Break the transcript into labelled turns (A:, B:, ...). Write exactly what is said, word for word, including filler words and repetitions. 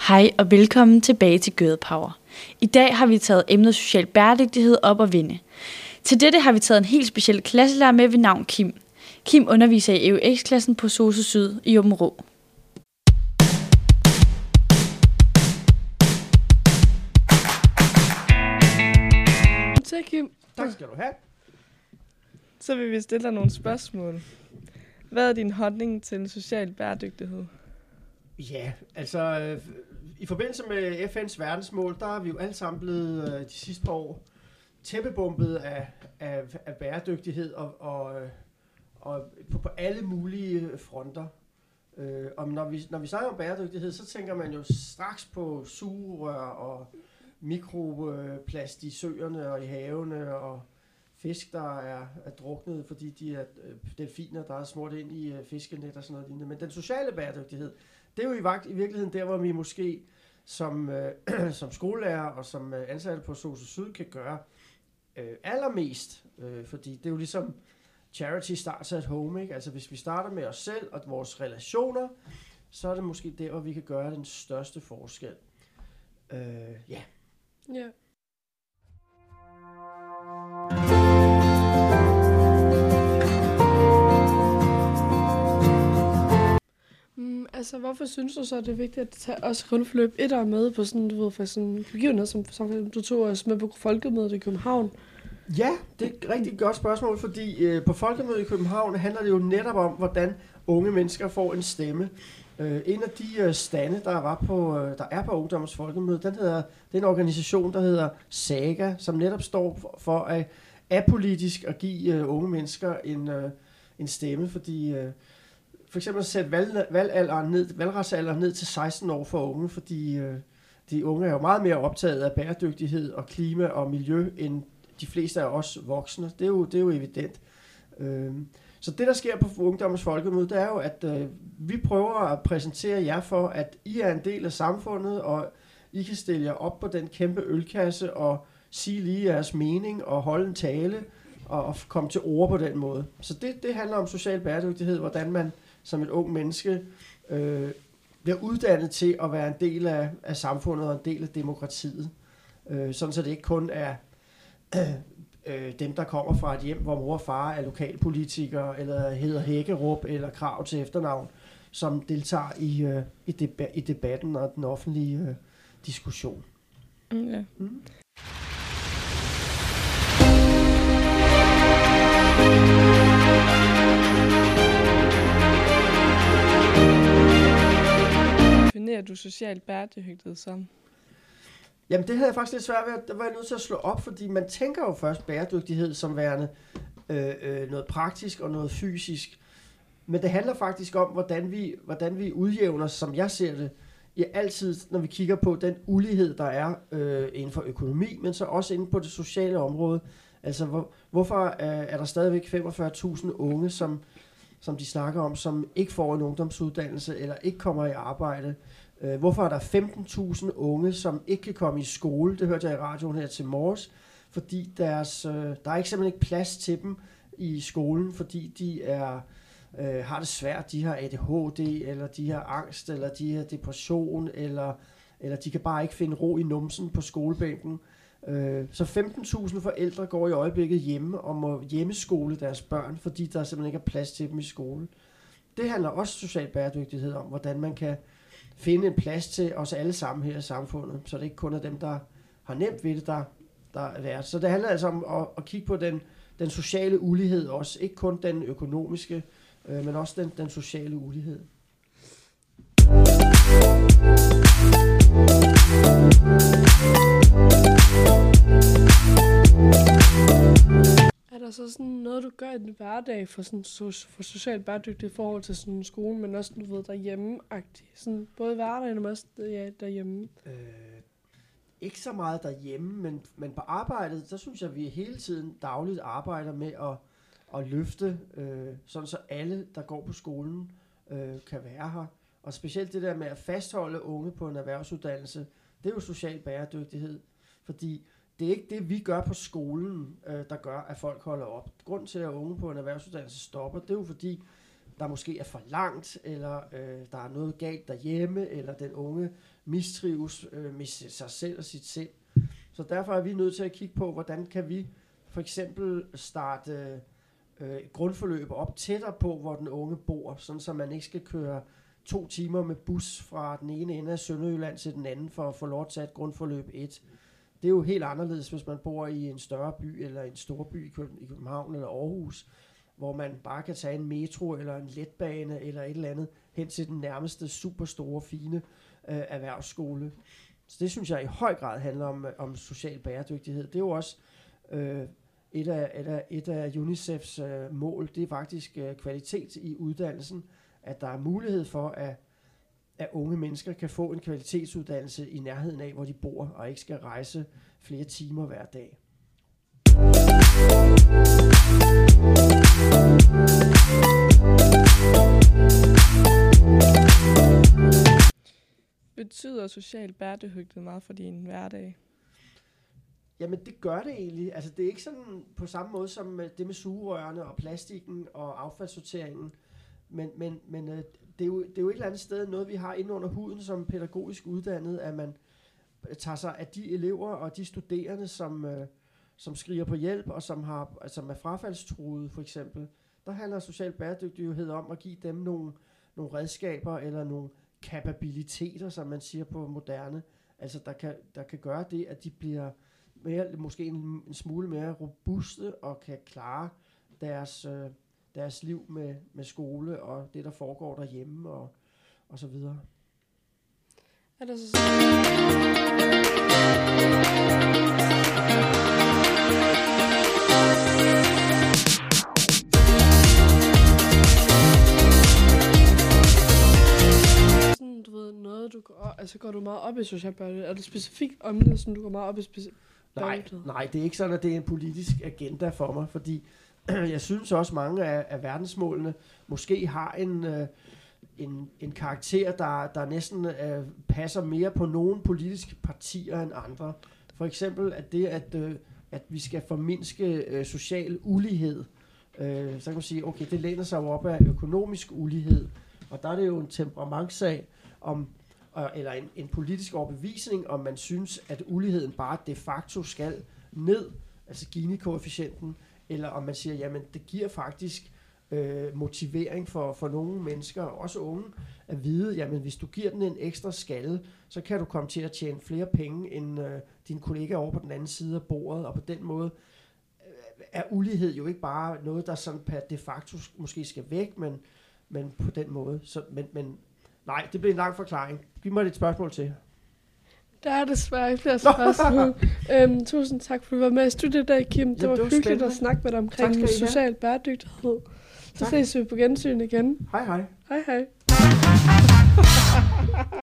A: Hej og velkommen tilbage til Girl Power. I dag har vi taget emnet social bæredygtighed op at vinde. Til dette har vi taget en helt speciel klasselærer med ved navn Kim. Kim underviser i E U X-klassen på Sosu Syd i Aabenraa.
B: Tak, Kim.
C: Tak skal du have.
B: Så vil vi stille dig nogle spørgsmål. Hvad er din holdning til social bæredygtighed?
C: Ja, altså øh, i forbindelse med F N's verdensmål, der er vi jo alle sammen blevet øh, de sidste par år tæppebumpet af, af, af bæredygtighed og, og, og på, på alle mulige fronter. Øh, og når vi, når vi snakker om bæredygtighed, så tænker man jo straks på sugerør og mikroplast i søerne og i havene og fisk, der er, er druknet, fordi de er øh, delfiner, der er smurt ind i øh, fiskenet og sådan noget lignende. Men den sociale bæredygtighed, det er jo i, vagt, i virkeligheden der, hvor vi måske som, øh, som skolelærer og som øh, ansatte på Sosu Syd kan gøre øh, allermest. Øh, fordi det er jo ligesom charity starts at home, ikke? Altså hvis vi starter med os selv og vores relationer, så er det måske der, hvor vi kan gøre den største forskel. Øh, ja.
B: Ja. Mm, altså, hvorfor synes du så, at det er vigtigt at tage også grundforløb et år med på sådan, du ved, for sådan begivenhed, som, som du tog os med på Folkemødet i København?
C: Ja, det er et rigtig godt spørgsmål, fordi øh, på Folkemødet i København handler det jo netop om, hvordan unge mennesker får en stemme. Øh, en af de øh, stande, der var på, øh, der er på Ungdommens Folkemøde, den hedder, det er en organisation, der hedder SAGA, som netop står for, for at apolitisk at give øh, unge mennesker en, øh, en stemme, fordi øh, for eksempel at sætte valg, valgalderen ned, valgretsalderen ned til seksten år for unge, fordi øh, de unge er jo meget mere optaget af bæredygtighed og klima og miljø, end de fleste af os voksne. Det er jo, det er jo evident. Øh, Så det, der sker på Ungdommens Folkemøde, det er jo, at øh, vi prøver at præsentere jer for, at I er en del af samfundet, og I kan stille jer op på den kæmpe ølkasse og sige lige jeres mening og holde en tale og, og komme til ord på den måde. Så det, det handler om social bæredygtighed, hvordan man som et ung menneske øh, bliver uddannet til at være en del af, af samfundet og en del af demokratiet. Øh, sådan så det ikke kun er øh, dem, der kommer fra et hjem, hvor mor og far er lokalpolitikere, eller hedder Hækkerup, eller Krav til efternavn, som deltager i, øh, i, deba- i debatten og den offentlige øh, diskussion.
B: Okay.
C: Mm.
B: Definerer du social bæredygtighed som?
C: Jamen det havde jeg faktisk lidt svært ved, der var jeg nødt til at slå op, fordi man tænker jo først bæredygtighed som værende øh, øh, noget praktisk og noget fysisk. Men det handler faktisk om, hvordan vi, hvordan vi udjævner, som jeg ser det, i altid, når vi kigger på den ulighed, der er øh, inden for økonomi, men så også inden på det sociale område. Altså hvor, hvorfor øh, er der stadigvæk femogfyrre tusind unge, som, som de snakker om, som ikke får en ungdomsuddannelse eller ikke kommer i arbejde? Hvorfor er der femten tusind unge, som ikke kan komme i skole? Det hørte jeg i radioen her til morges, fordi deres, øh, der er ikke simpelthen ikke plads til dem i skolen, fordi de er, øh, har det svært. De har A D H D, eller de har angst, eller de har depression, eller, eller de kan bare ikke finde ro i numsen på skolebænken. Øh, så femten tusind forældre går i øjeblikket hjemme og må hjemmeskole deres børn, fordi der simpelthen ikke er plads til dem i skolen. Det handler også social bæredygtighed om, hvordan man kan finde en plads til os alle sammen her i samfundet, så det ikke kun er dem, der har nemt ved det, der, der er værd. Så det handler altså om at, at kigge på den, den sociale ulighed også, ikke kun den økonomiske, øh, men også den, den sociale ulighed.
B: Er der så sådan noget, du gør i din hverdag for, sådan, for socialt bæredygtigt i forhold til sådan skolen, men også, du ved, derhjemme-agtigt? Sådan, både i hverdagen, men også ja, derhjemme?
C: Øh, ikke så meget derhjemme, men, men på arbejdet, så synes jeg, at vi hele tiden dagligt arbejder med at, at løfte, øh, sådan så alle, der går på skolen, øh, kan være her. Og specielt det der med at fastholde unge på en erhvervsuddannelse, det er jo social bæredygtighed, fordi det er ikke det, vi gør på skolen, øh, der gør, at folk holder op. Grunden til, at unge på en erhvervsuddannelse stopper, det er jo fordi, der måske er for langt, eller øh, der er noget galt derhjemme, eller den unge mistrives øh, med sig selv og sit sind. Så derfor er vi nødt til at kigge på, hvordan kan vi for eksempel starte øh, grundforløb op tættere på, hvor den unge bor, sådan så man ikke skal køre to timer med bus fra den ene ende af Sønderjylland til den anden for at få lov til at grundforløb et. Det er jo helt anderledes, hvis man bor i en større by eller en stor by i København eller Aarhus, hvor man bare kan tage en metro eller en letbane eller et eller andet hen til den nærmeste superstore, fine øh, erhvervsskole. Så det synes jeg i høj grad handler om, om social bæredygtighed. Det er jo også øh, et, af, et, af, et af UNICEFs øh, mål, det er faktisk øh, kvalitet i uddannelsen, at der er mulighed for, at, at unge mennesker kan få en kvalitetsuddannelse i nærheden af, hvor de bor, og ikke skal rejse flere timer hver dag.
B: Betyder social bæredygtighed meget for din hverdag?
C: Jamen det gør det egentlig. Altså det er ikke sådan på samme måde som det med sugerørene og plastikken og affaldssorteringen. Men, men, men det, er jo, det er jo et eller andet sted noget, vi har inde under huden som pædagogisk uddannet, at man tager sig af de elever og de studerende, som, som skriger på hjælp og som, har, som er frafaldstruede for eksempel. Der handler social bæredygtighed om at give dem nogle, nogle redskaber eller nogle kapabiliteter, som man siger på moderne. Altså der kan, der kan gøre det, at de bliver mere, måske en, en smule mere robuste og kan klare deres, øh, deres liv med, med skole og det, der foregår derhjemme og, og så videre.
B: Er der så sådan, du ved, noget, du går, altså går du meget op i social bæredygtighed? Er det specifikt om det, sådan du går meget op i specifikt?
C: Nej, nej, det er ikke sådan, at det er en politisk agenda for mig, fordi jeg synes også, mange af, af verdensmålene måske har en, øh, en, en karakter, der, der næsten øh, passer mere på nogle politiske partier end andre. For eksempel at det, at, øh, at vi skal formindske øh, social ulighed. Øh, så kan man sige, okay, det læner sig jo op af økonomisk ulighed, og der er det jo en temperamentsag om eller en, en politisk overbevisning, om man synes, at uligheden bare de facto skal ned, altså Gini-koefficienten, eller om man siger, jamen det giver faktisk øh, motivering for, for nogle mennesker, også unge, at vide, jamen hvis du giver den en ekstra skalle, så kan du komme til at tjene flere penge end øh, dine kollegaer over på den anden side af bordet, og på den måde øh, er ulighed jo ikke bare noget, der sådan per de facto måske skal væk, men, men på den måde, så, men, men nej, det bliver en lang forklaring. Giv mig et spørgsmål til.
B: Der er desværre ikke flere spørgsmål. øhm, tusind tak, for at du var med i studiet i dag, Kim. Det,
C: Jamen,
B: var,
C: det var
B: hyggeligt
C: spændende.
B: at snakke med dig omkring social bæredygtighed. Så tak. Ses vi på gensyn igen.
C: Hej hej.
B: Hej hej.